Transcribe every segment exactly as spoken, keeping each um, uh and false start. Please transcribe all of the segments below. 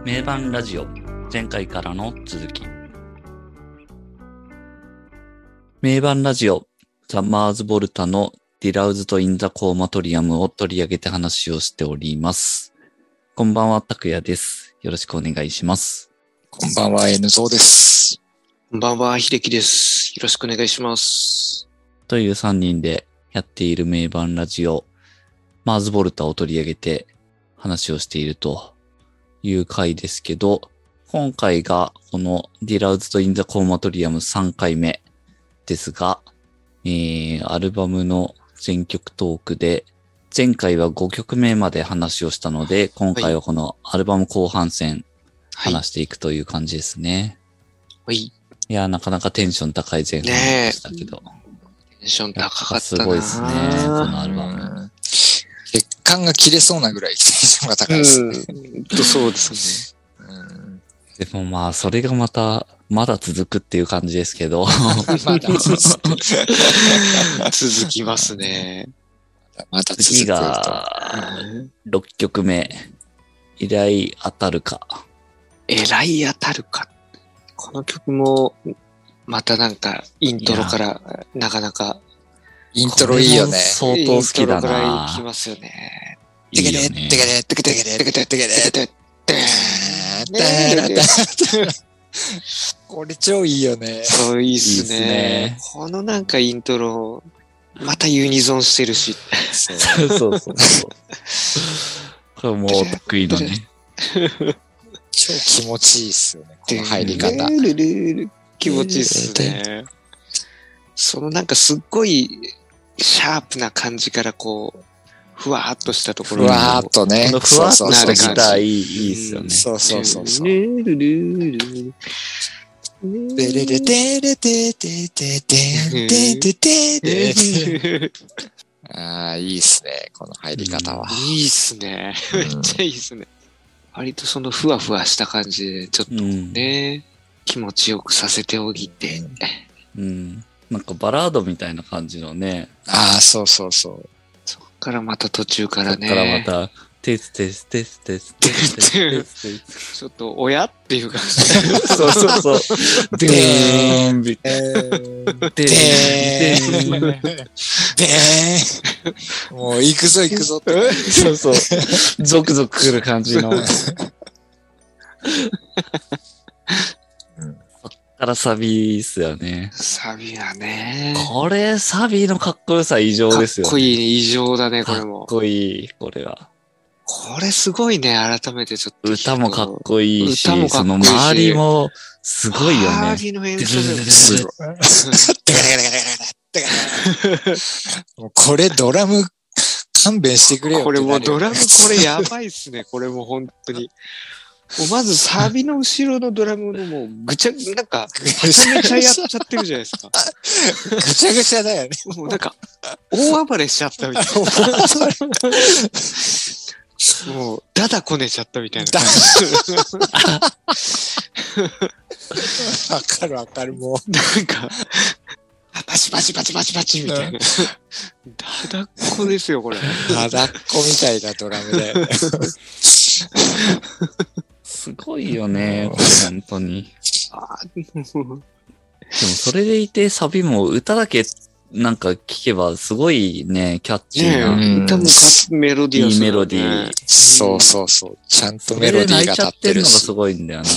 名盤ラジオ前回からの続き。名盤ラジオザ・マーズ・ボルタのディラウズド・イン・ザ・コーマトリアムを取り上げて話をしております。こんばんは、拓也です。よろしくお願いします。 こんばんは、N ゾウです。 こんばんは、秀樹です。よろしくお願いします。 というさんにんでやっている名盤ラジオマーズ・ボルタを取り上げて話をしているという回ですけど、今回がこのディラウズド・イン・ザ・コーマトリアムさんかいめですが、えー、アルバムの全曲トークで、前回はごきょくめまで話をしたので、今回はこのアルバム後半戦話していくという感じですね。 はい。いやー、なかなかテンション高い前半でしたけど。 テンション高かったな。 すごいですね、このアルバム。 血管が切れそうなぐらいテンションが高いですね。 うん、そうですね。 うん、 でもまあ、それがまた、まだ続くっていう感じですけど。 まだ続きますね。 まだ続くと。 次が、ろっきょくめ。依頼当たるか。 えらい当たるか。この曲も、またなんか、イントロからなかなか。 イントロいいよね。 相当好きだな。 イントロからいきますよね。 てけれ、てけれ、てけれ、てけれ、てけれ、てけれ、てけれ、これ超いいよね。 そういいっすね。 いいっすね。 このなんかイントロ、またユニゾンしてるし。 そうそうそうそう。これもう得意のね。 超気持ちいいっすよね、この入り方。 気持ちいいっすね。そのなんかすっごいシャープな感じからこう、ふわーっとしたところふわーっとね。 このふわっとしたギターいい、 いいいっすよね。 そうそうそうそう。 ルルルルルデレレデレデデデデデデデデああ、いいっすね、この入り方は。 いいっすね。めっちゃいいっすね。割とそのふわふわした感じで、ちょっとね、気持ちよくさせておぎて。 うん。なんかバラードみたいな感じのね。 ああ、そうそうそう。 そっからまた途中からね。 そっからまた、テステステステステステステステス。 ちょっと、親っていう感じ。 そうそうそう。でーん、でーん、 ーん、 でーん、でーん。もう行くぞ行くぞって。 そうそう。ゾクゾク来る感じの。からサビっすよね。 サビはね。 これ、サビのかっこよさ異常ですよね。 かっこいいね、異常だね、これも。 かっこいい、これは。 これすごいね、改めてちょっと。 歌もかっこいいし、 歌もかっこいいし、 その周りもすごいよね。 周りの演奏力すごい。もうこれドラム勘弁してくれよ。 これもうドラムこれやばいっすね、これもう本当に。もうまずサビの後ろのドラムのもうぐちゃ、なんか、めちゃめちゃやっちゃってるじゃないですか。 ぐちゃぐちゃだよね。 もうなんか、大暴れしちゃったみたいな。もう、だだこねちゃったみたいな感じ。 わかるわかる、もう。 なんか、バチバチバチバチバチみたいな。だだっこですよ、これ。 だだっこみたいなドラムだよね。 すごいよね、これ本当に。 あでもそれでいてサビも歌だけなんか聞けばすごいね、キャッチーな。 ねえ、歌もかメロディアス、ね。 いいメロディー。 そうそうそう。ちゃんとメロディーが立ってるし。 それで泣いちゃってるのがすごいんだよな。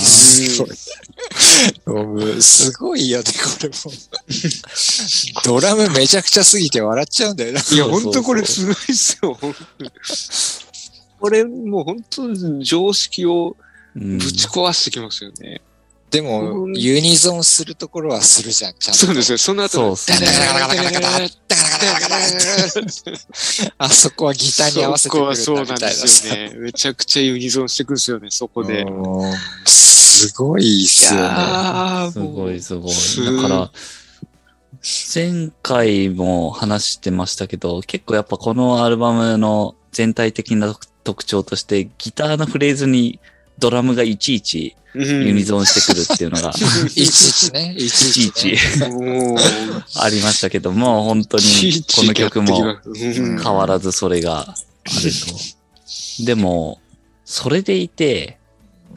すごいよね、これも。ドラムめちゃくちゃすぎて笑っちゃうんだよな。 いや、ほんとこれすごいっすよ。これもうほんと常識をぶち壊してきますよね。 うん、でも、ユニゾンするところはするじゃん、ちゃんと。 そうですよ、その後そうですね。 あそこはギターに合わせてくるんだみたいな。 そうなんですよね。めちゃくちゃユニゾンしてくるんですよね、そこで。 すごいっすよね。 すごいすごい。だから、前回も話してましたけど、結構やっぱこのアルバムの全体的な特徴として、ギターのフレーズにドラムがいちいちユニゾンしてくるっていうのが、 いちいちね。いちいちありましたけども、本当にこの曲も変わらずそれがあると。でも、それでいて、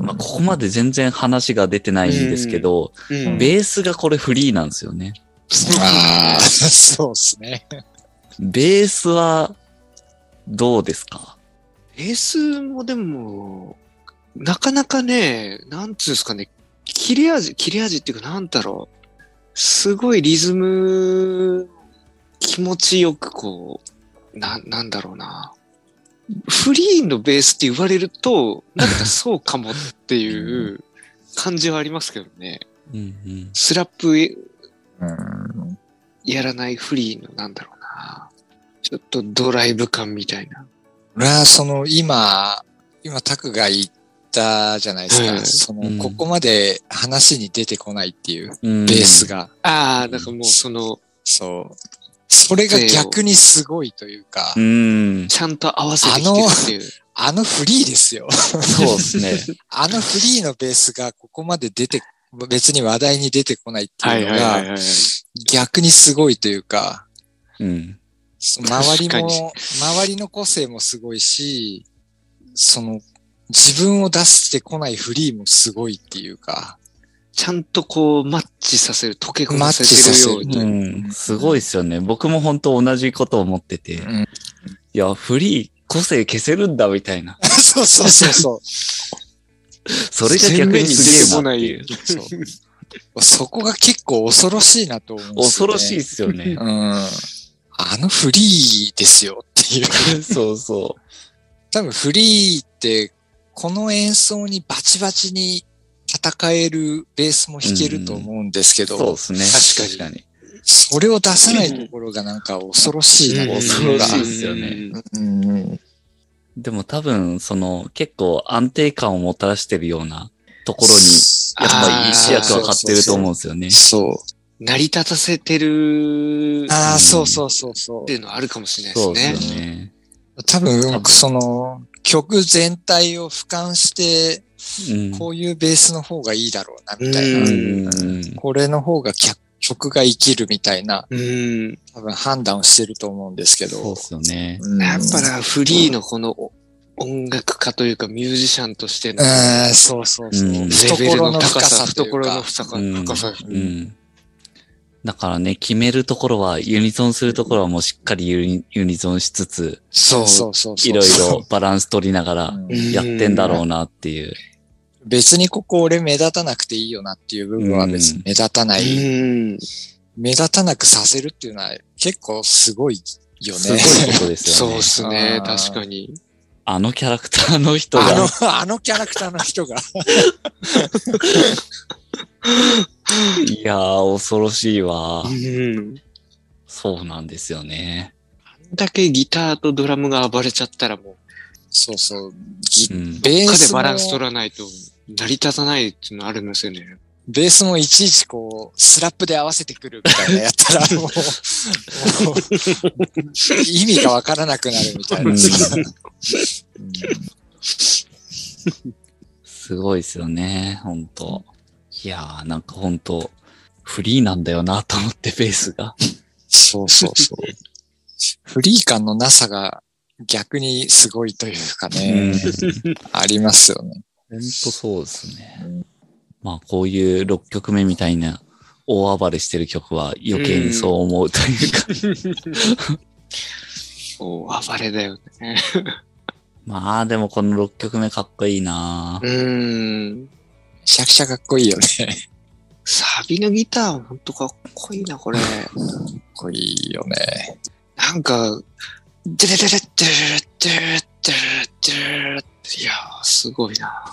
まあ、ここまで全然話が出てないんですけど、 うん。 ベースがこれフリーなんですよね。 ああ、そうですね。 ベースはどうですか？ ベースもでも、なかなかね、なんつうんですかね、切れ味、切れ味っていうかなんだろう。すごいリズム、気持ちよくこう、な、なんだろうな。フリーのベースって言われると、なんかそうかもっていう感じはありますけどね。 うんうん。 スラップうん。 やらないフリーのなんだろうな。ちょっとドライブ感みたいな。 俺はその今、今タクが言ったじゃないですか。 うんその、 うんここまで話に出てこないっていううんベースが。 ああ、だからもうその、 そう。それが逆にすごいというか、 うん。 ちゃんと合わせてきてるっていう。 あのフリーですよ。 そうですね。 あのフリーのベースがここまで出て、別に話題に出てこないっていうのはいはいはいが、 はい。 逆にすごいというか、 うん。 その周り確かも、周りの個性もすごいし、その、自分を出してこないフリーもすごいっていうか、 ちゃんとこうマッチさせる、溶け込ませマッチさせるてるように。 うん。すごいですよね。僕も本当同じことを思ってて。 うんいや、フリー、個性消せるんだみたいな。 そうそうそうそう。 それが逆にすげえなっていう。 そうそこが結構恐ろしいなと思うんですよね。 恐ろしいですよねう。ん。あのフリーですよっていう。 そうそ多分フリーって、この演奏にバチバチに戦えるベースも弾けると思うんですけう。 ど、 そうですね。 確かに確かに。 それを出さないところがなんか恐ろしいなっていう恐ろかしいですよねうんうんでも多分、その、結構安定感をもたらしてるようなところに、やっぱり一役は買ってると思うんですよね。 そう。 成り立たせてるああ、 うんそうそうそうそうって。いうのはあるかもしれないそうでですすね。 よね。 多多分分、その、曲全体を俯瞰して、 うん。 こういうベースの方がいいだろうな、みたいな。 ううん。 これの方が曲曲が生きるみたいな、 うん。 多分判断をしてると思うんですけど。 そうですよね。 うんやっぱな、フリーのこの音楽家というかミュージシャンとしてのうん、そうそうそう。 うんレベル懐のの高さ、 深さという懐のか。 深さ、 うん深さ。 うん。だからね、決めるところは、ユニゾンするところはもうしっかりユニユニゾンしつつ、 そうそうそうそう。 いろいろバランス取りながらうんやってんだろうなっていう。 別にここ俺目立たなくていいよなっていう部分は別に目立たなうい。 ん。 目立たなくさせるっていうのは結構すごいよね。 すごいことですよねそうっ。すね、 あー確かに。 あのキャラクターの人あのが、、 あのキャラクターの人が。 いやー、恐ろしいわう。ん。 そうなんですよね。 だけギターとドラムが暴れちゃったらもう、 そうそう。ギうん。 ベー他でスもバランス取らないと成り立たないっていうのあるんですよね。 ベースもいちいちこう、スラップで合わせてくるみたいなやったら、もう、もう意味がわからなくなるみたいな。 うんうんすごいですよね、ほんと。いやー、なんかほんと、フリーなんだよなと思って、ベースが。 そうそうそう。フリー感のなさが逆にすごいというかね、ありますよね。 ほんとそうですね。まあ、こういうろっきょくめみたいな大暴れしてる曲は余計にそう思うというか。 もう暴れだよね。 まあ、でもこのろっきょくめかっこいいなうーん。 めちゃくちゃかっこいいよね。 サビのギターほんとかっこいいな、これ。 かっこいいよね。 なんか、デレレレッデレレッデレレッデレレッデレレレッいやー、すごいな。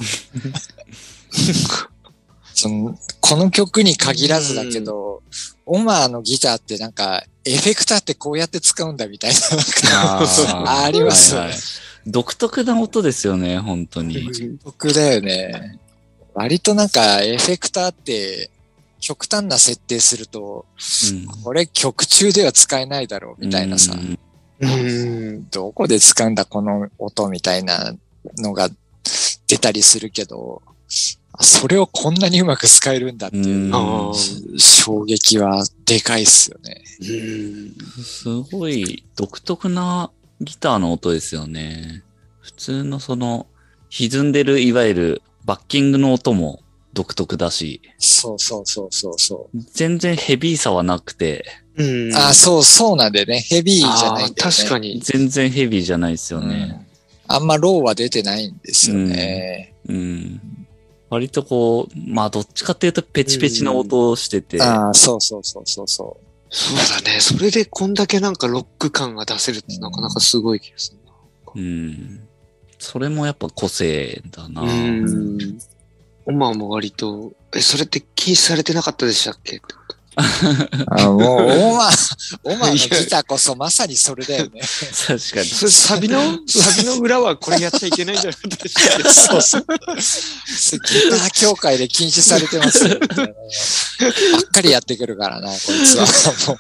そのこの曲に限らずだけど、オマーのギターってなんか、エフェクターってこうやって使うんだみたいな。なんかありますよね。 はいはい独特な音ですよね、本当に。 僕だよね。割となんかエフェクターって極端な設定すると、 うんこれ曲中では使えないだろうみたいなさ、 うんうーん。 どこで使うんだこの音みたいなのが出たりするけど、あそれをこんなにうまく使えるんだっていううんあー衝撃はでかいっすよね。 うーん。 すごい独特なギターの音ですよね。普通のその、歪んでる、いわゆるバッキングの音も独特だし、 そうそうそうそうそう。 全然ヘビーさはなくて、 うん。 あ、そうそうなんでね。ヘビーじゃないんだよね。 確かに。 全然ヘビーじゃないですよね。 うん。あんまローは出てないんですよね。 うん。うん割とこう、まあどっちかっていうとペチペチな音をしてて。 ああ、そうそうそうそうそう。 そうだね。それでこんだけなんかロック感が出せるってなかなかすごい気がするな。 うん。それもやっぱ個性だな。 うん。オマも割と、え、それって禁止されてなかったでしたっけってことあもう、オマ、オマのギターこそまさにそれだよね。 確かに。 それサビの、サビの裏はこれやっちゃいけないんじゃなかったでしたっけそうそう。ギター協会で禁止されてますよ、みたいな。ばっかりやってくるからな、こいつは。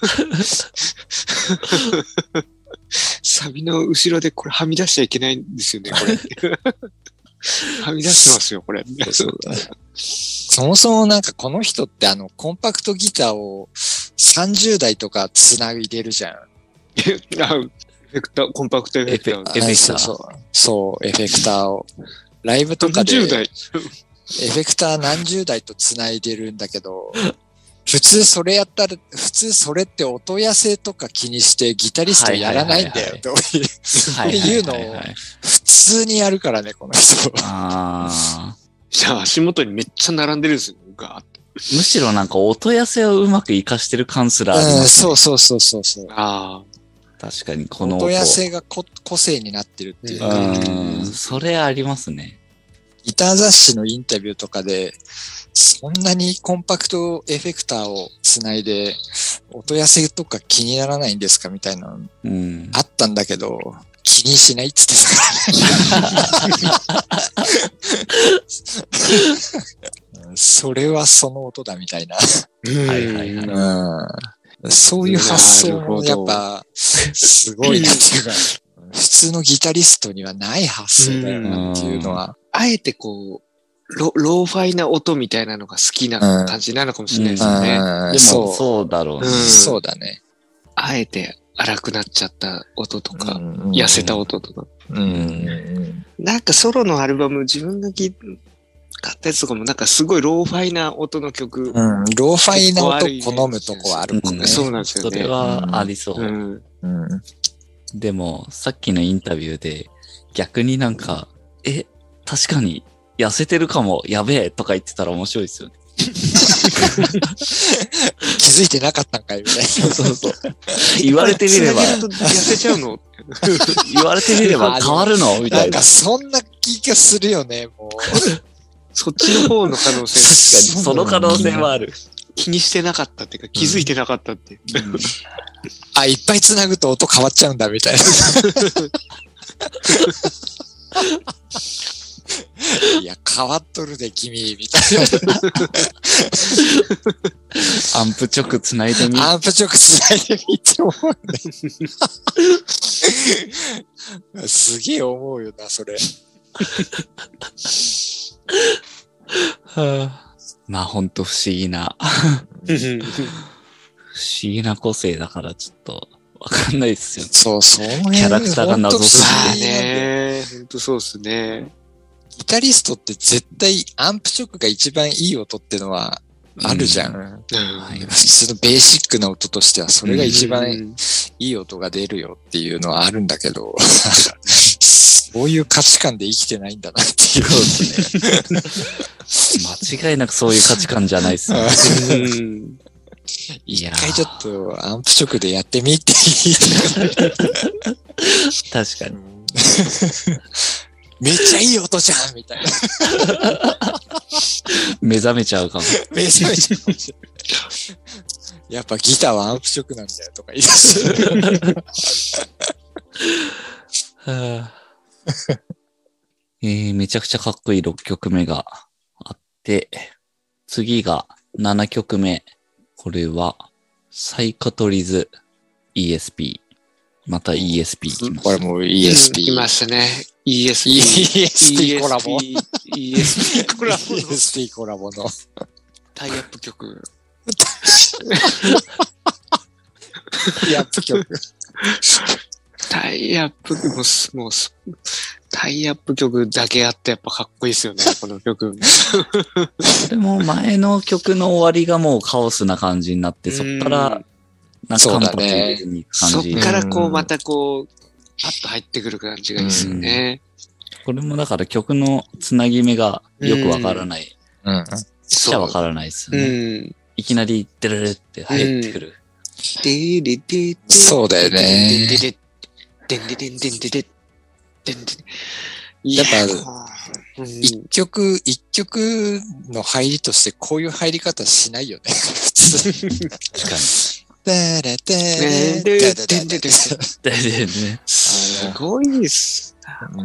もうサビの後ろでこれはみ出しちゃいけないんですよね、これ。はみ出してますよ、これ。 そうそうそもそもなんかこの人ってあの、コンパクトギターをさんじゅうだいとか繋いでるじゃん。 あエフェクター、コンパクトエフェクター。 エフェクターそうそう。そう、エフェクターを。ライブとかで、 じゅう代。 エフェクター何十台と繋いでるんだけど、普通それやったら、普通それって音痩せとか気にしてギタリストやらないんだよ、というのを普通にやるからね、この人。 ああ。 じゃあ足元にめっちゃ並んでるんですよ、ガーッと。 むしろなんか音痩せをうまく活かしてる感すらあります、ね。 うん、そうそうそうそうそう。 ああ。 確かにこの音痩せがこ個性になってるっていうか。 うん、それありますね。 ギター雑誌のインタビューとかで、そんなにコンパクトエフェクターをつないで、音痩せとか気にならないんですかみたいなのうん。 あったんだけど、気にしないっつってたからね。それはその音だみたいな。 はいはいはい。 うん、そういう発想もやっぱ、すごいなっていうか、普通のギタリストにはない発想だよなっていうのは。 あえてこう、ロ、ローファイな音みたいなのが好きな感じなのかもしれないですよね。 うん、 でも、 そうそうだろうね。 うんそうだね。 あえて荒くなっちゃった音とか、 うん痩せた音とか。 うんうんなんかソロのアルバム、自分が聞買ったやつとかもなんかすごいローファイな音の曲。 うん、ローファイな音好むとこはあるもんね。 そうなんですよね。 それはありそう。 うん。 うんでも、さっきのインタビューで、逆になんか、え、確かに痩せてるかも、やべえとか言ってたら面白いですよね。 気づいてなかったんかいみたいな。 そうそうそう。言われてみれば、 つなげると痩せちゃうの言われてみれば変わるのみたな。 ないんかそんな気がするよね、もう。 そっちの方の可能性。 確かに、その可能性はある。 気にしてなかったっていうか、気づいてなかったっていう。 あ、いっぱい繋ぐと音変わっちゃうんだ、みたいな。いや、変わっとるで、君、みたいアンプ直繋いでみ。 な。アンプ直繋いでみって思うね。すげえ思うよな、それ。 はあ、まあ、ほんと不思議な、不思議な個性だからちょっとわかんないですよね。 そう、そうね。 キャラクターが謎すぎてまあね、ほんとそうっすね。 ギタリストって絶対アンプ直が一番いい音ってのはあるじゃん。 うん。 はい普通のベーシックな音としてはそれが一番うんいい音が出るよっていうのはあるんだけど、そういう価値観で生きてないんだなっていう。 そうですね。間違いなくそういう価値観じゃないですね。 うん一回ちょっとアンプ直でやってみって言いたい。 確かに。 めっちゃいい音じゃんみたいな。 目覚めちゃうかも。 めちゃめちゃいい音じゃん。やっぱギターはアンプ直なんだよとか言い出す。 はあえー、めちゃくちゃかっこいいろっきょくめがあって、次がななきょくめ。これは、サイカトリズ イーエスピー。また イーエスピーきます。 これもう イーエスピー。 来ましたね。イーエスピー。 イーエスピーコラボ。 イーエスピー コラボイのーエスピー コラボの。 タイアップ曲。 タイアップ曲。 タイアップもす、もうす、 タイアップ曲だけあってやっぱかっこいいですよね、この曲。 でも前の曲の終わりがもうカオスな感じになって、そっからなんかカンパチ入れに行く感そっじ。 からこうまたこう、パッと入ってくる感じがいいですよね。 これもだから曲のつなぎ目がよくわからない。 うん。 しかわからないですよね。うん、いきなりデレレって入ってくる。 うん、そうだよね。やっぱ、一曲、一曲の入りとしてこういう入り方しないよね。普通。確かに。でれでれでででで。 すごいっす。うん。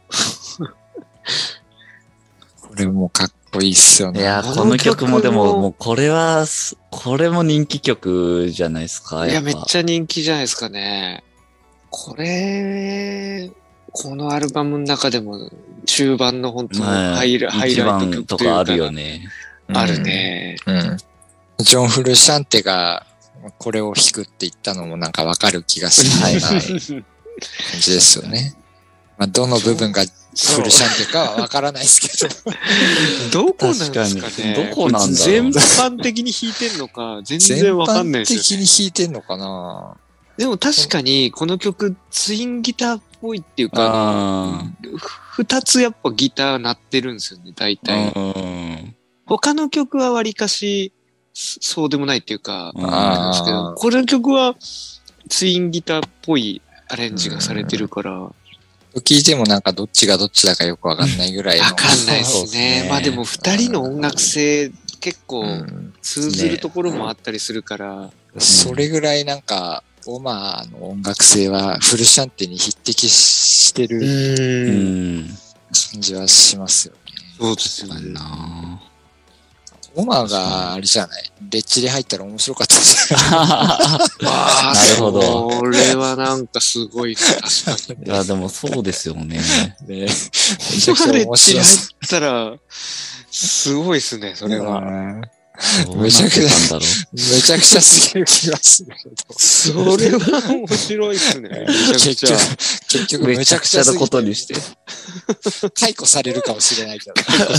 これもかっこいいっすよね。 いや、この曲もでも、もうこれは、これも人気曲じゃないですか。 いや、めっちゃ人気じゃないですかね。これ、このアルバムの中でも中盤の本当のハイラ、ハイライト曲とかあるよね。 あるね。 うん。ジョン・フルシャンテがこれを弾くって言ったのもなんかわかる気がするような感じですよね。まあ、どの部分がフルシャンテかはわからないですけど。どこなんですかね。 どこなんだろう。 全般的に弾いてんのか、全然わかんないですよね。 全般的に弾いてんのかな。 でも確かにこの曲ツインギターっぽいっていうか、二つやっぱギター鳴ってるんですよね、大体。他の曲はわりかしそうでもないっていうか、なんですけど、この曲はツインギターっぽいアレンジがされてるから。 聞いてもなんかどっちがどっちだかよくわかんないぐらいの。 わかんないですね。まあでも二人の音楽性結構通ずるところもあったりするから。 それぐらいなんか、オマーの音楽性はフルシャンテに匹敵してる感じはしますよね。 そうですよね。 オマーがあれじゃない。レッチリ入ったら面白かったじゃない。なるほど。 これはなんかすごい、確かに。 いや、でもそうですよね。 ねめちゃくちゃレッチリ入ったら、すごいですね、それは。 めちゃくちゃ、めちゃくちゃすぎる気がするけど。 それは面白いですね。めちゃくちゃ。 結局めちゃくちゃなことにして。 解雇されるかもしれないけど。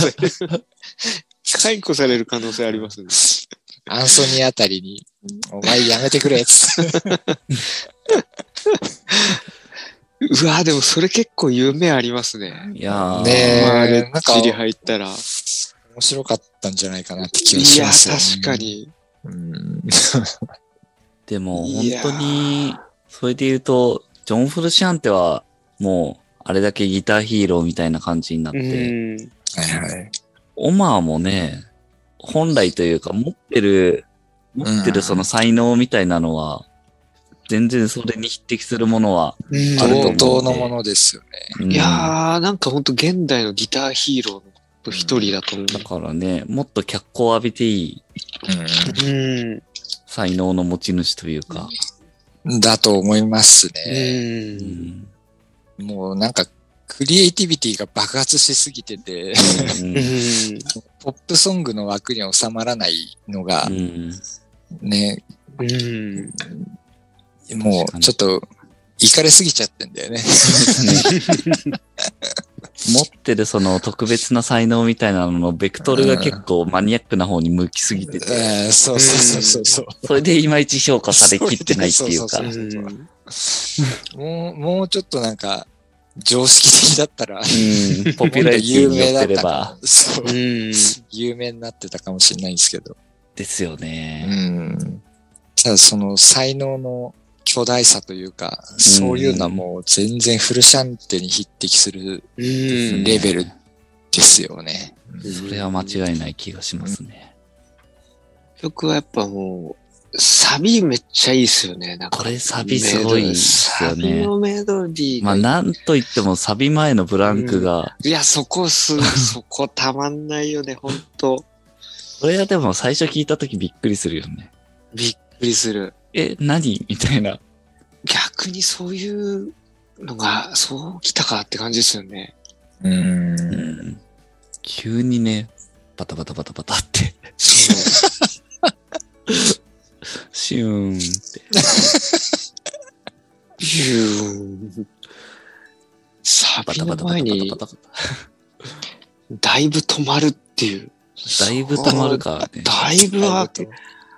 解雇される可能性ありますね。 アンソニーあたりに、お前やめてくれっつって。 うわぁ、でもそれ結構夢ありますね。 いやー。 ねえ、 まあ、レッチリ入ったら。 面白かったんじゃないかなって気がしますよね。 いや、確かに。 うん、 でも本当に、それで言うと、ジョン・フルシャンテはもう、あれだけギターヒーローみたいな感じになって、 はいはい、 オマーもね、本来というか持ってる、持ってるその才能みたいなのは、全然それに匹敵するものはあると思う。 同等のものですよね。 うん、いやー、なんか本当現代のギターヒーローの一人だと思う。 だからね、もっと脚光を浴びていい、うん、才能の持ち主というか。 だと思いますね。うん、もうなんか、クリエイティビティが爆発しすぎてて、うん、ポップソングの枠に収まらないのが、うん、ね、うん、もうちょっと、イカれすぎちゃってんだよね。 持ってるその特別な才能みたいなののベクトルが結構マニアックな方に向きすぎてて。 うん、そうそうそうそう。 それでいまいち評価されきってないっていうか。 もう、もうちょっとなんか、常識的だったら、うん、 ポピュラリティによってれば。 そう、うん。有名になってたかもしれないんですけど。 ですよね。 うん。ただその才能の巨大さというか、そういうのはもう全然フルシャンテに匹敵するレベルですよね。 それは間違いない気がしますね。 曲はやっぱもう、サビめっちゃいいですよね。なんかこれサビすごいですよね。 サビのメロディーまあなんと言ってもサビ前のブランクが。 うん、いや、そこす、そこたまんないよね、ほんと。 それはでも最初聞いたときびっくりするよね。 びっくりする。 え、何みたいな。 逆にそういうのが、そう来たかって感じですよね。 うーん。 急にね、バタバタバタバタって。 そう。 シューンって。 シューン。ササビのバタバタバタ前にバタバタバだいぶ止まるっていう。 タ。だいぶ溜まるからね。 だいぶは、 だい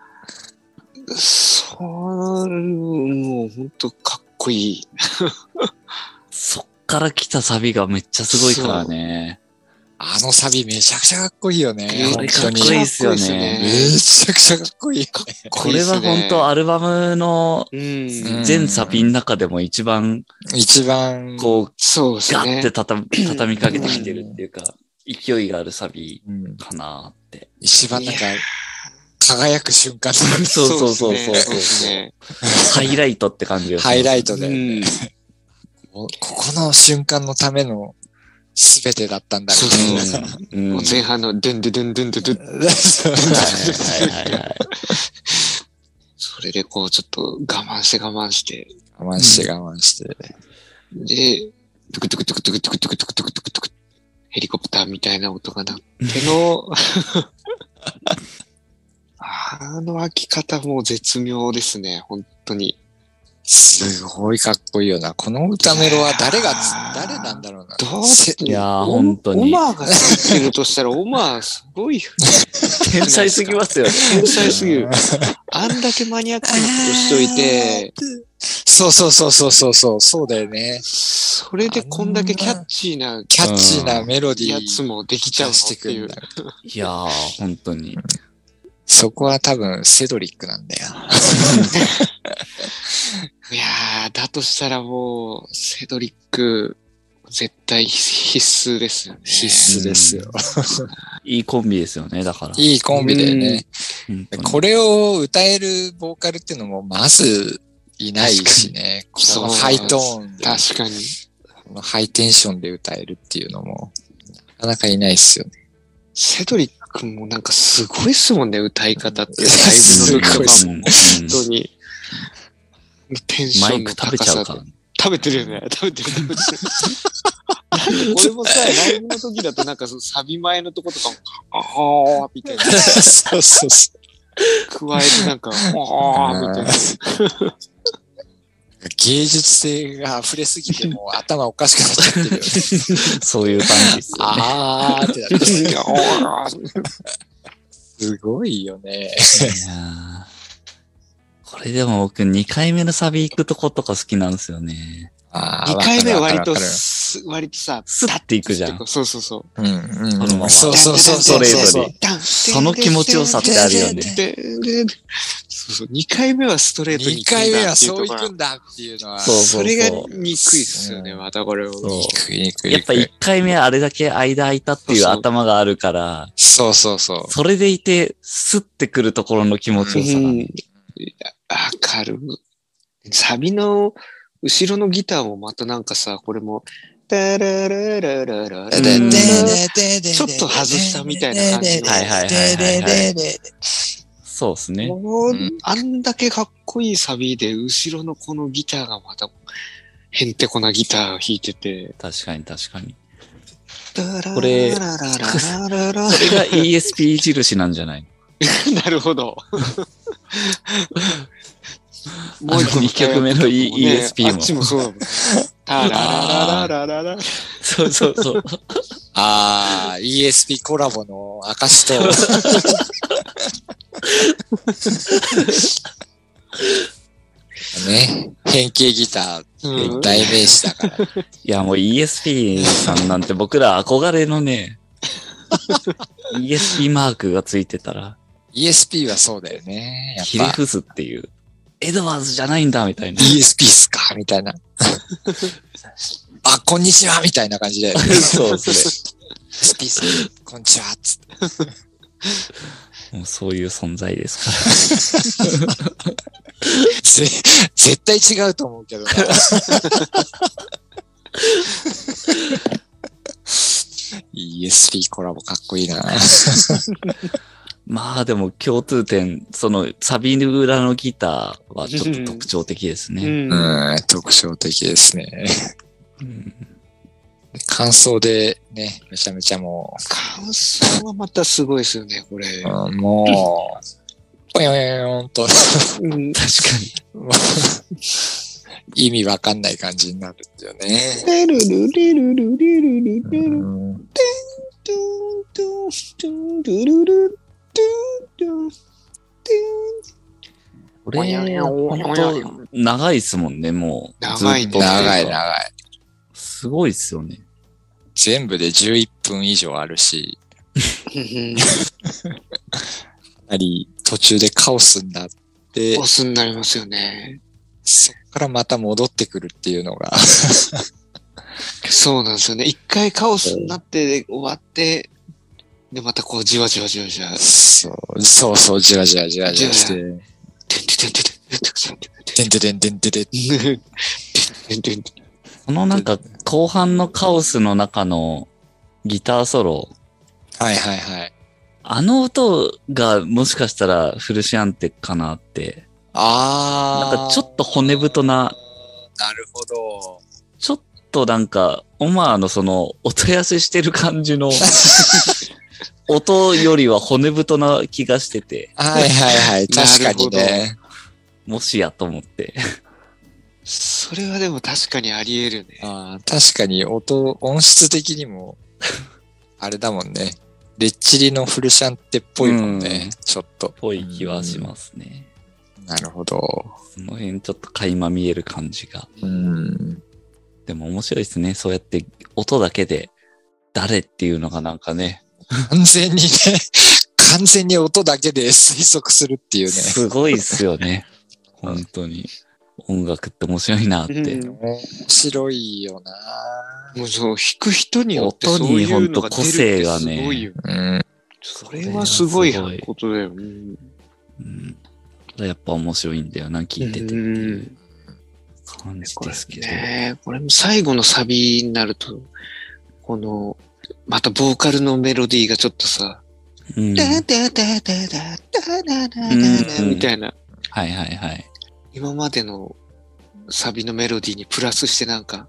そう、もう本当かっこいい。 そっから来たサビがめっちゃすごいからね。 あのサビめちゃくちゃかっこいいよね。 めこれかっ本当にこいいっすよかっこいいっね。 めちゃくちゃかっこいいよね。 これは本当アルバムのうん。 全サビの中でも一番一番、 こうそうですね。 ガッてたた畳みかけてきてるっていうか、勢いがあるサビうんかなって。 一番なんか、輝く瞬間そうそうそうそうそうですね。 ハイライトって感じがするハイライトで、 うん。 ここの瞬間のための全てだったんだみたいな。 うんうんもう前半のドゥンドゥドゥンドゥンドゥドゥン。 はいはいはいはい。 それでこうちょっと我慢して我慢して。 我慢して我慢して。 で、トゥクトゥクトゥクトゥクトゥクトゥクトゥクトゥクトゥクトゥクヘリコプターみたいな音が鳴っての、あの開き方も絶妙ですね、本当に。 すごいかっこいいよな。この歌メロは誰がつ、 いやー誰なんだろうな。 どうせいやーオ本当にオマーが作ってるとしたら、オマーすごい天才すぎますよね。 天才すぎる。あんだけマニアックなことしといて、 そうそうそうそうそうそう、そうだよね。 それでこんだけキャッチーなキャッチーなメロディーやつもできちゃうのしてっていうくるんだ。。 いやー、本当に。 そこは多分セドリックなんだよ。 いやー、だとしたらもう、セドリック、絶対必須ですよね。 必須ですよ。 いいコンビですよね、だから。 いいコンビだよね。 本当にこれを歌えるボーカルっていうのもまずいないしね。こそうのハイトーンで、 確かに。 このハイテンションで歌えるっていうのも、なかなかいないですよね。 セドリックもなんかすごいっすもんね、歌い方って。ライすごいっすブの時とかも。 うん本当に。テンションのマイク食べ高さでちゃうから。。 食べてるよね。食べてる食べてる。なんかこれもさ、ライブの時だとなんかそのサビ前のとことかも、あーみたいな。 そうそうそう。 加えてなんか、あーみたいな。 芸術性が溢れすぎてもう頭おかしくなっちゃってるよね。 そういう感じですよね。 あーってなってる。 あーすごいよね。 いやーこれでも僕にかいめのサビ行くとことか好きなんですよね。 あ二回目は割とわかるわかるす、割とさ、 スッていくじゃん。 そうそうそう。 うんうんそのままそうそうそうストレートそうに。その気持ちよさってあるよねでででそうそう。二回目はストレートに二回目はそう行行くんだっていうのは。 そうそうそれが憎いっすよね、 うんまたこれを。 そう憎い憎い。 やっぱいっかいめあれだけ間空いたっていうそうそう頭があるから、 そうそうそう。 それでいて、スッてくるところの気持ちよさがね。 わかる。サビの後ろのギターもまたなんかさ、これも、タララララララうんちょっと外したみたいな感じの。 はいはいはいはいはいそうですね。 もううんあんだけかっこいいサビで、後ろのこのギターがまた、へんてこなギターを弾いてて。 確かに確かに。 これララララララそれが イーエスピー 印なんじゃないなるほど。 あのにきょくめの イーエスピー もあっちもそうだもん。タラララララララ。 そうそうそう。 ああ、イーエスピー コラボの証と。ね。変形ギター、 うん代名詞だから。 いやもう イーエスピー さんなんて僕ら憧れのね、イーエスピー マークがついてたら、 イーエスピー はそうだよね。やっぱ、 ひれ伏すっていう。エドワーズじゃないんだみたいな。 イーエスピー っすかみたいな。あ、こんにちはみたいな感じで。 そうですね。 イーエスピー さん、こんにちはつって。 もうそういう存在ですから。 ぜ絶対違うと思うけどな。イーエスピー コラボかっこいいな。 まあでも共通点、そのサビ裏のギターはちょっと特徴的ですね。 うんうん、特徴的ですね。 うん感想でね、めちゃめちゃも感想はまたすごいですよね、これ。 う、うんもう、ぽよよよんと、 うん確かに。 もう意味わかんない感じになるんだよね。 レルルレルルレルルレルルうんトゥントゥントゥンルルルトゥントゥントこれ、ほんと、長いっすもんね、もう。 長いねずっと長い長い。 すごいっすよね。 全部でじゅういっぷん以上あるし、 ゥン。 かなり途中でカオスになってオ、スになりますよね。 そこからまた戻ってくるっていうのが、 そうなんですよね。一回カオスになって終わって、で、またこうじわじわじわじわ。 そうそうそう、じわじわじわじわして、 てんてんてんてんてんてんてんてんてんてんてん。 てんてんてん。 このなんか、後半のカオスの中のギターソロ、 はいはいはい。 あの音がもしかしたらフルシアンテかなって。 あー。 なんかちょっと骨太な、 なるほど。 ちょっとなんか、オマーのその、音痩せしてる感じの、音よりは骨太な気がしてて、 はいはいはい。確かにね。 もしやと思って。 それはでも確かにあり得るね。 あー確かに音、音質的にも、あれだもんね。レッチリのフルシャンテっぽいもんね。 うんちょっと。 ぽい気はしますね。 なるほど。 その辺ちょっと垣間見える感じが。 うん。 でも面白いですね。そうやって音だけで誰っていうのがなんかね、 完全にね、完全に音だけで推測するっていうね。 すごいっすよね。本当に。音楽って面白いなって。 うん面白いよな。 もうそう、弾く人によってそういうのが出るってすごいよ。 うん。 それはすごいことだよ。うんうん。やっぱ面白いんだよな、聞いててっていう感じですけど。 ね、これも最後のサビになると、この、またボーカルのメロディーがちょっとさ、 うん、 ダはダダダダダダダダうんみたいな、 いはいはい。 今までのサビのメロディーにプラスしてなんか、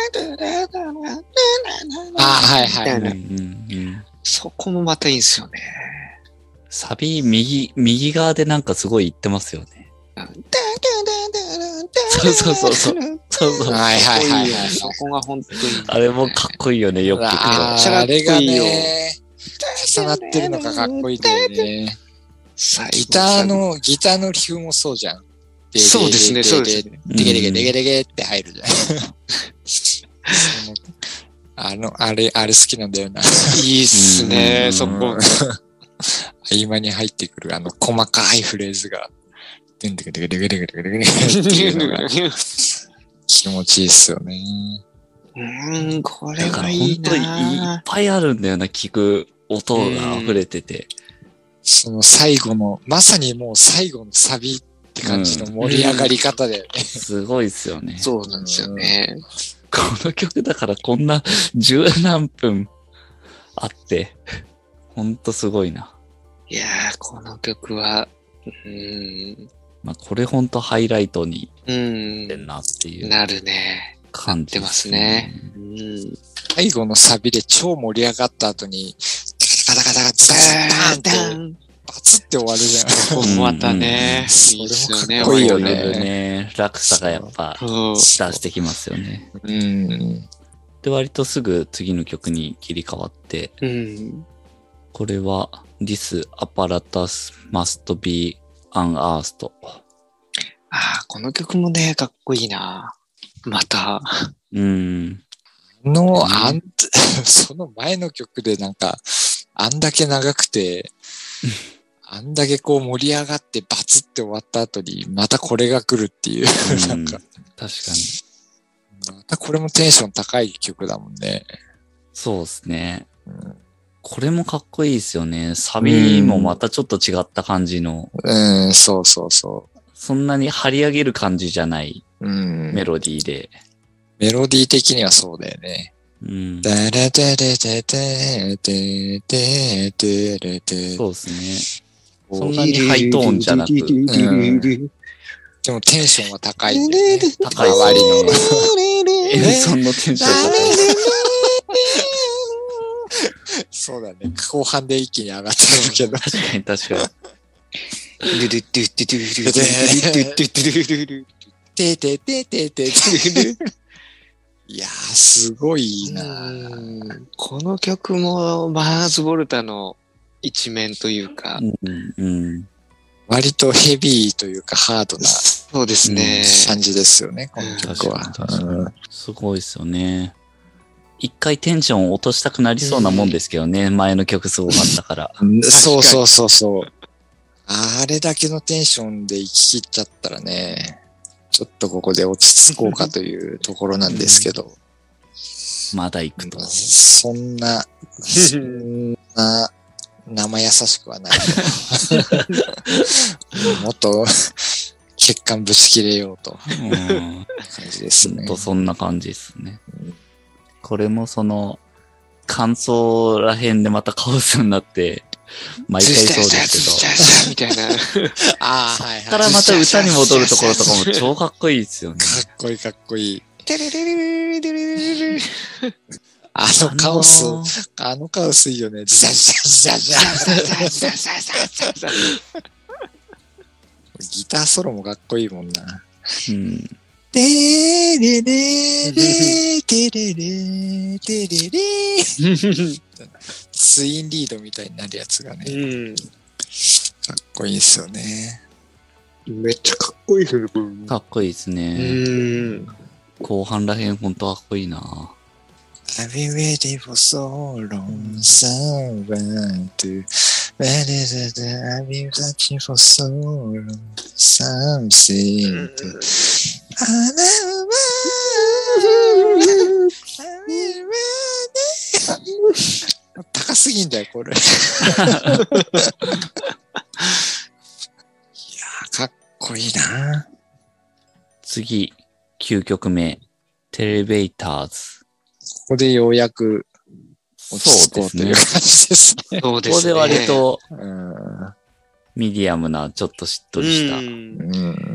あはいはいうんうみたいな。 ん、 そこもまたいいんですよね。 サビ右、右側でなんかすごい言ってますよね。そうそうそうそう。そうそう。 はいはいはいはい。 そこが本当に。 あれもかっこいいよね、よく聞くと。 あめっちゃかっこいいよあれがね、重なってるのがかっこいいんだよね。ギターの、ギターのリフもそうじゃん。 そうですね、そうですね。 デゲデゲデゲデゲって入るじゃん。あの、あれ、あれ好きなんだよな。 いいっすね、そこ。 合間に入ってくるあの細かいフレーズが、デンデゲデゲデゲデゲデゲデゲっていうのが気持ちいいっすよね。 うーん、これだからがいい本当にいっな。 ぱいあるんだよな、聞く音が溢れてて。 その最後の、まさにもう最後のサビって感じの盛り上がり方だよね。 すごいっすよね。 そうなんですよね。 この曲だからこんな十何分あって、ほんとすごいな。 いやー、この曲は、うーん、 まあこれほんとハイライトにうなってんーん、 なっていうなるね。 感じ出ますね。うん。 最後のサビで超盛り上がった後に、ガタガタガタガタガタガタンってバツって終わるじゃん。 ここもまたね、 うんいいっすよね。 かっこいいよねこういうね、落差がやっぱうん出してきますよね。 うん。 で、割とすぐ次の曲に切り替わって、 うん。 これは This apparatus must be unearthed。 ああ、この曲もね、かっこいいな。また。 うん。 の、あん、その前の曲でなんか、あんだけ長くて、あんだけこう盛り上がってバツって終わった後に、またこれが来るっていう、 うなんんか、 確かに。 またこれもテンション高い曲だもんね。 そうですね。 うんこれもかっこいいですよね。サビもまたちょっと違った感じの、 うん、そうそうそそんなに張り上げる感じじゃないう。うん。 メロディーで。 メロディー的にはそうだよね。 うん。 ダラダラダラダラダラダラダそうですね。そんなにハイトーンじゃなく、 んでもテンションは高いんだよね。 高い周りの。 エルソンのテンション高い。 そうだね。後半で一気に上がってるけど。 確かに確かに。 ルルルルルルルルルルルルルルルてててててて。いやー、すごいなー。 この曲もマーズ・ボルタの一面というか、 うんうん、 割とヘビーというかハードなそうですね。 感じですよね、この曲は。 うん、すごいですよね。一回テンション落としたくなりそうなもんですけどね、うん、前の曲すごかったから。 そうそうそうそう。あれだけのテンションで行き切っちゃったらね、ちょっとここで落ち着こうかというところなんですけど。うん、 まだ行くと。 そんな、そんな、生優しくはない。もっと、血管ぶち切れようと。うん、感じですね。 ほんとそんな感じですね。うん、これもその、感想らへんでまたカオスになって、毎回そうですけど。 みたいな。 ああ、はいはい。 そっからまた歌に戻るところとかも超かっこいいですよね。 かっこいいかっこいい。あのカオス、あのカオスいいよね。ギターソロもかっこいいもんな。うん。てれれれてれれてれれツインリードみたいになるやつがね、うん、かっこいいですよね。 めっちゃかっこいいですね。 かっこいいですね。うん、後半らへんほんとかっこいいな。 I've been waiting for so long, someone to I've been searching for so long, something to高すぎんだよ、これ。いやー、かっこいいな。 次、きゅうきょくめ、テレベイターズ。 ここでようやく落ち着こうという感じですね。 そうですね。 ここで割と、ミディアムな、ちょっとしっとりした。うんうん、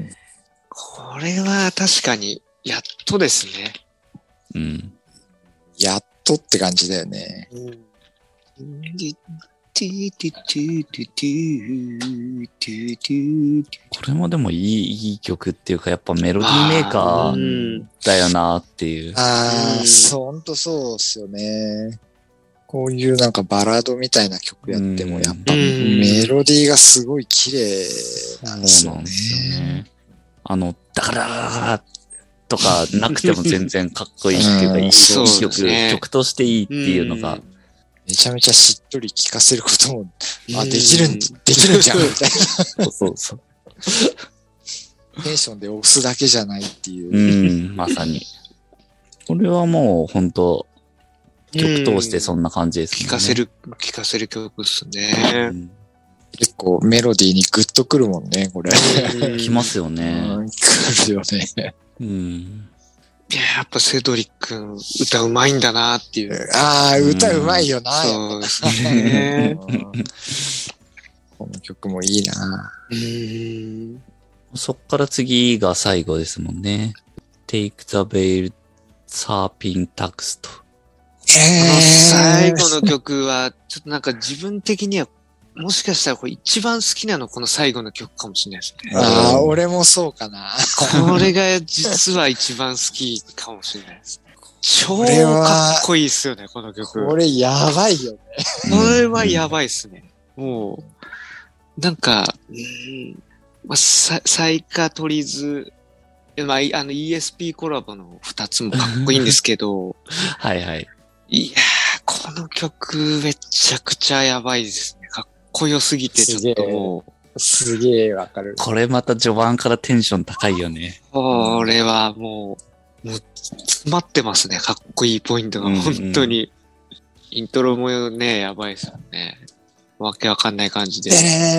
これは確かに、やっとですね。 うん。 やっとって感じだよね。うん、 これもでもいい、いい曲っていうか、やっぱメロディーメーカーだよなっていう。 ああ、そう、ほんとそうっすよね。こういうなんかバラードみたいな曲やっても、やっぱメロディーがすごい綺麗なんですよね。そうなんですよね。 あの、ダラーとかなくても全然かっこいいっていうか、いい曲、曲としていいっていうのが、 めちゃめちゃしっとり聴かせることも、あ、できるん、できるんじゃんみたいな。 そうそうそう。 テンションで押すだけじゃないっていう。 うん、まさに。これはもう本当曲通してそんな感じですね。 聴かせる、聴かせる曲ですね、うん。 結構メロディーにグッとくるもんね、これ。 きますよね。 くるよね。 うん。 いや、やっぱセドリックン歌うまいんだなっていう。 ああ、歌うまいよな。 そうですね。 この曲もいいな。 うんそっから次が最後ですもんね。Take the Veil Serpent Tax と。 えー、この最後の曲は、ちょっとなんか自分的には、もしかしたらこれ一番好きなのこの最後の曲かもしれないですね。 ああ、俺もそうかな。 これが実は一番好きかもしれないです。超かっこいいですよね、この曲。 これやばいよね。 これはやばいっすね。もう、なんか、うんまあ、サイカトリズ、まあ、あの イーエスピー コラボの二つもかっこいいんですけど、 はいはい。 いやー、この曲めちゃくちゃやばいですね。かっこよすぎてちょっともう。すげえわかる。 これまた序盤からテンション高いよね。 これはもう、もう詰まってますね。かっこいいポイントが本当に。うんうん、イントロもね、やばいですよね。わけわかんない感じで。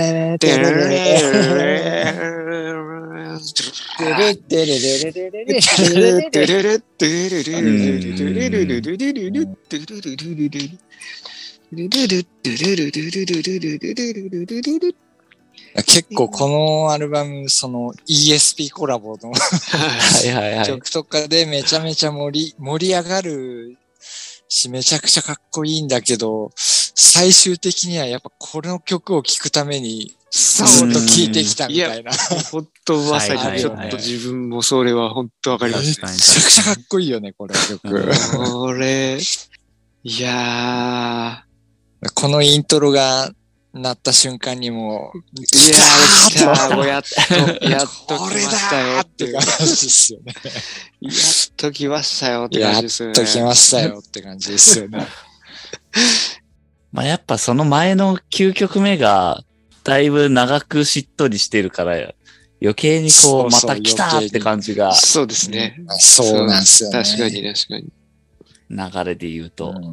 結構このアルバム、その イーエスピー コラボの曲とかでめちゃめちゃ盛り、盛り上がるし、めちゃくちゃかっこいいんだけど、最終的にはやっぱこの曲を聴くためにずっと聞いてきたみたいな。 本当まさにちょっと自分もそれは本当わかります、ね。 めちゃくちゃかっこいいよね、これ曲。 これ、いやー。このイントロが鳴った瞬間にもう、 いやー、来たもうやっと、やっと来ましたよって感じですよね。 やっと来ましたよって感じですよね。 やっと来ましたよって感じですよね。 まあやっぱその前のきゅうきょくめがだいぶ長くしっとりしてるから余計にこうまた来たって感じが。 そうですね。 そうなんですよね。 確かに確かに。 流れで言うと。うん、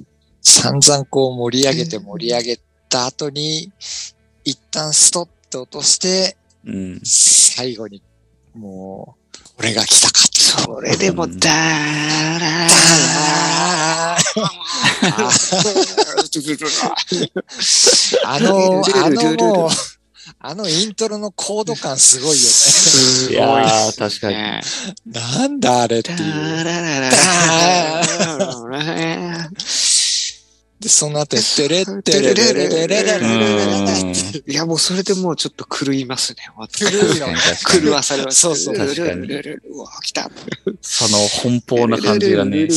散々こう盛り上げて盛り上げた後に一旦ストッと落として、うん、最後にもう俺が来たかった。 それでも、だーらーあの、あのもう、あのイントロのコード感すごいよね。 すごい。いやー、確かに。 なんだあれっていう。で、その後、テレッテレレレレレレレレいや、もうそれでもうちょっと狂いますね。 狂いの。 狂わされます。 そうそう。確かに。 うわ、来た。 その奔放な感じがね。 リ、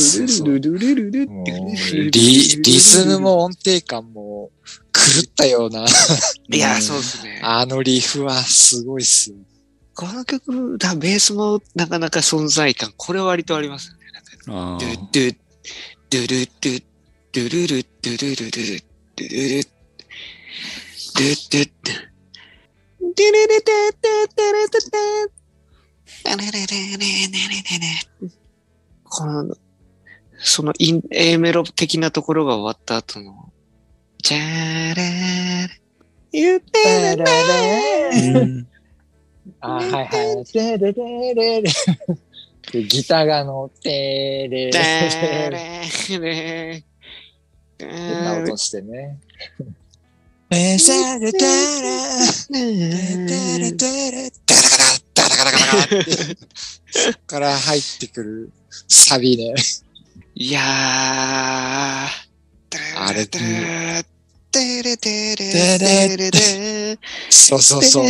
リズムも音程感も狂ったような。 いや、そうですね。 あのリフはすごいっすよ。 この曲、だベースもなかなか存在感、これは割とありますよね。なんかドゥドゥドゥルドゥドゥルルドゥルルルルドゥルルドゥドゥドゥドゥドゥルルドゥドゥドゥルドゥドゥこの、そのイン、A メロ的なところが終わった後の、チャラー言ってるねあ、はいはい。テレレレレギターがのテレレレレ変な音してね。メサルタラテレテレダラガラダラガラガラガラってそっから入ってくるサビね。 いやーあれテレテレテレテそうそうそう。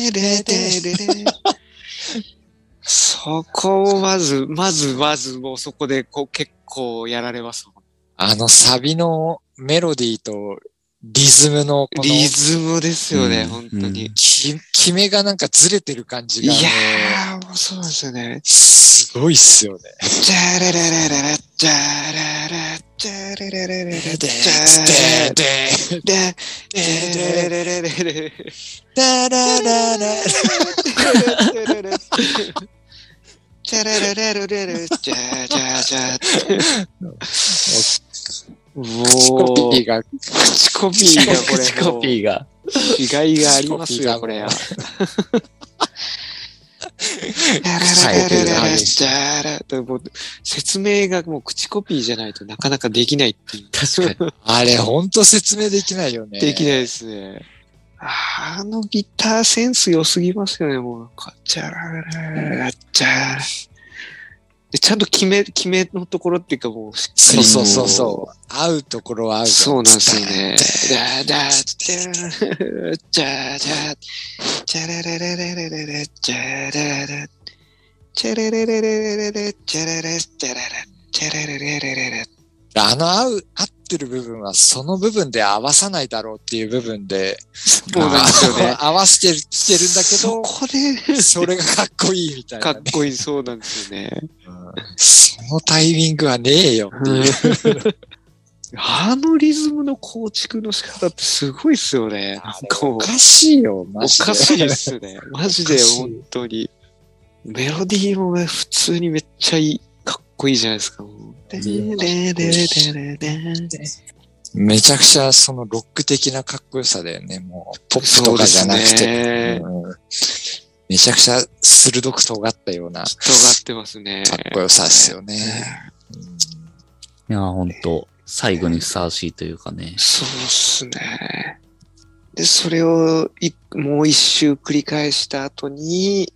そこをまず、まずまずもうそこでこう結構やられますもん。 あのサビのメロディーとリズムのこのリズムですよね、うん、本当に、うん。 き、決めがなんかずれてる感じが、ね。 いやー、もうそうですよね。 すごいっすよね。 ジャレレレレレ、ジャレレ、ジャレレレレレ、ジャレレレレ、ジャレレレレレ、ダラララチャララララララチャチャチャ口コピーが口コピーがこれ口コピーが違いがありますよこれ。説明がもう口コピーじゃないとなかなかできないっていう。 確かに。あれほんと説明できないよね。 できないですね。あのギターセンス良すぎますよね、もうなんか。チャラララチャラ。で、ちゃんと決め、決めのところっていうかもうしっかり。 そうそうそうそう。合うところは合う。 そうなんですよね。ダダチャラチャチャチャラララララララチャララチャララララララチャララチャララチャララララララ。 あの合う、合ってる部分はその部分で合わさないだろうっていう部分で、 そうなんですよね。 合わせてる、してるんだけど、 そこで、 それがかっこいいみたいな、 ね。かっこいい、そうなんですよね。 うん、そのタイミングはねえよっていう。 あのリズムの構築の仕方ってすごいっすよね。 おかしいよ、マジで。 おかしいっすね。マジで本当に。メロディーも普通にめっちゃいい、かっこいいじゃないですか。 めちゃくちゃそのロック的なかっこよさだよね。もうポップとかじゃなくて、ねうん、めちゃくちゃ鋭く尖ったような尖ってますね。 かっこよさですよね。 いや本当最後にふさわしいというかね。 そうっすね。でそれをいもう一周繰り返した後に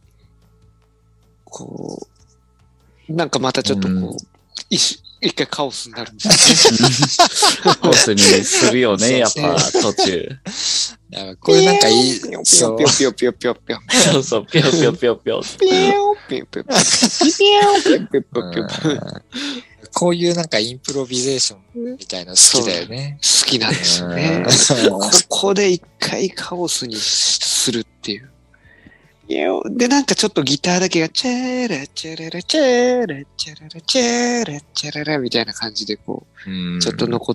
こうなんかまたちょっとこう。うん一, 一回カオスになるんですよね。 カオスにするよね、やっぱ途中。 これなんかいい、そう。 ぴょぴょぴょぴょぴょ。 そうそう、ぴょぴょぴょぴょ。 ぴょぴょぴょぴょ。ぴょぴょぴょぴょ。 こういうなんかインプロビゼーションみたいなの好きだよね。 好きなんですよね。ここで一回カオスにするっていう。いやで、なんかちょっとギターだけがチェラチェララチェラチェララチェラチェララみたいな感じでこう、ちょっと残って、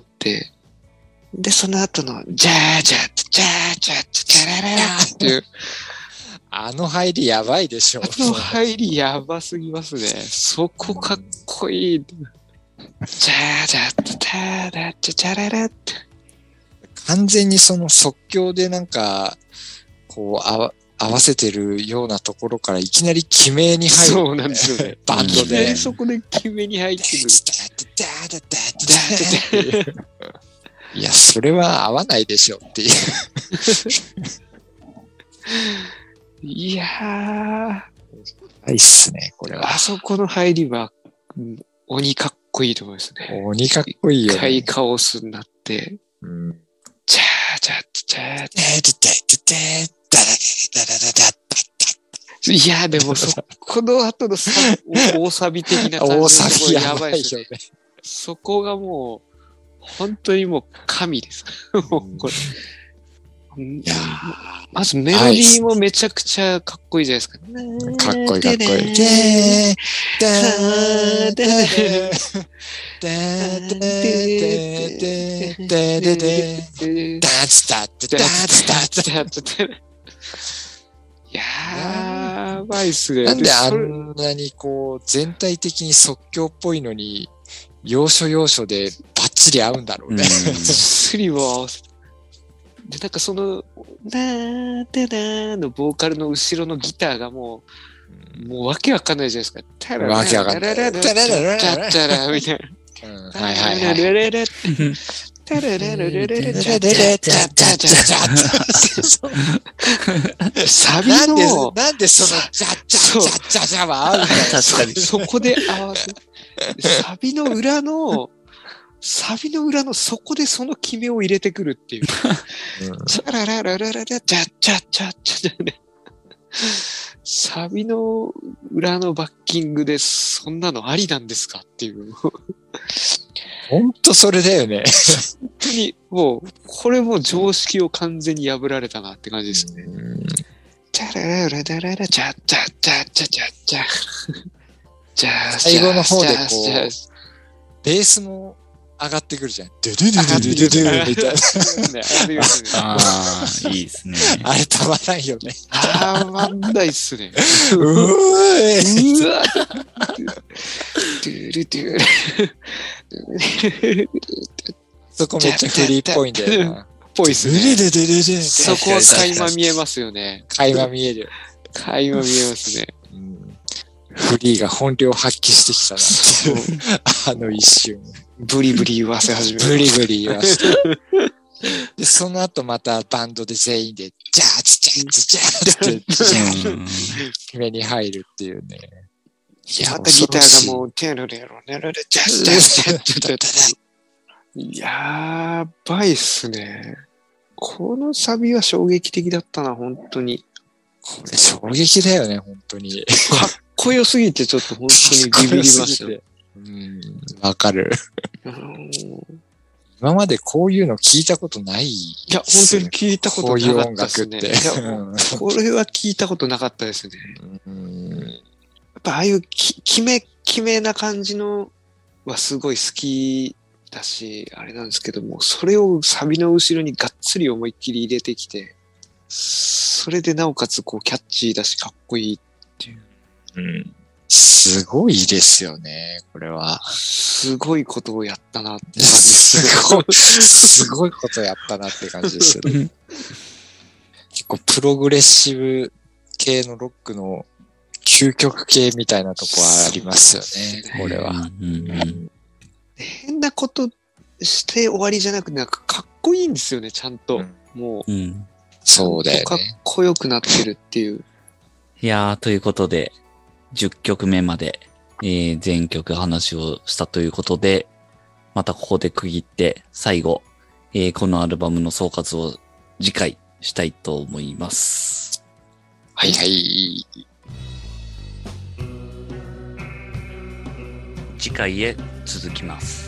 で、その後のジャージャージャージャーチャラララっていう。 あの入りやばいでしょ。 あの入りやばすぎますね。そこかっこいい。チャージャーチャラチャチャララって。 完全にその即興でなんか、こう、あわ、合わせてるようなところからいきなり決めに入る、 そうなんですよね。 バンドで。 そこで決めに入ってくる。 いや、それは合わないでしょっていう。 いやー。 いいっすね、これは。 あそこの入りは、うん、鬼かっこいいと思いますね。 鬼かっこいいよ、ね。 一回カオスになって、 うん、 チャーチャーチャーチャーいや、でもそこの後のサ大サビ的な感じ大サビやばいよね。 そこがもう、本当にもう神です。もうこれいやまずメロディーもめちゃくちゃかっこいいじゃないですか。 かっこいいかっこいい。でーでーでーでーでーでーでーでーダーツダーツダーツダーツダーツやばいっすね。 なんであんなにこう全体的に即興っぽいのに要所要所でバッチリ合うんだろうね。 スリを合わせて。で、なんかその、なーてなーのボーカルの後ろのギターがもう、もうわけわかんないじゃないですか。タラわけわかんない。タララララララララみたいな。はいはいはい。タララララタララララララサビの、 なんでそのジャッジャッジャッジャッジャは合うんだよ。 確かに。 そこで合わせ、サビの裏の、サビの裏のそこでその決めを入れてくるっていう。チャララララララチャッチャッチャッチャッね。サビの裏のバッキングでそんなのありなんですかっていう。 ほんとそれだよね。 本当にもう、これも常識を完全に破られたなって感じですね。チャララララララチャッチャッチャッチャッチャッチャッ。じゃあ、 最後の方でこう、ベースも上がってくるじゃん。ドゥドゥドゥドゥドゥドゥみたいな。 ああ、いいですね。 あれたまらんよね。 たまんないっすね。 うーい。 うわドゥルドゥル。 そこめっちゃフリーっぽいんだよな。 ぽいっすね。 ドゥルドゥドゥルドゥ。 そこは垣間見えますよね。 垣間見える。 垣間見えますね。 フリーが本領発揮してきたなっていう。あの一瞬。 ブリブリ言わせ始める。 ブリブリ言わせて。で、その後またバンドで全員で、ジャーツジャーツジャーツって、ジャーツ目に入るっていうね。 いや、またギターがもう、テロレロレロレ、ジャーツジャーツジャーツジャーツ。やばいっすね。このサビは衝撃的だったな、本当に。 これ衝撃だよね、本当に。 かっこよすぎてちょっと本当にビビりましたね。 うん、わかる。今までこういうの聞いたことない。いや、本当に聞いたことなかったですね。 こういう音楽って。これは聞いたことなかったですね。うん、やっぱああいうき、きめ、きめな感じのはすごい好きだし、あれなんですけども、それをサビの後ろにがっつり思いっきり入れてきて、それでなおかつこうキャッチーだしかっこいいっていう。 うん、すごいですよね、これは。 すごいことをやったなって感じ。 すごい、すごいことやったなって感じですよね。結構プログレッシブ系のロックの究極系みたいなとこはありますよね、これは。うん、 変なことして終わりじゃなくて、なんかかっこいいんですよね、ちゃんと。うん、もう、うん、 そうだよね。 かっこよくなってるっていう。 いやー、ということで、じゅっきょくめまで、えー、全曲話をしたということで、またここで区切って、最後、えー、このアルバムの総括を次回したいと思います。 はいはい。 次回へ続きます。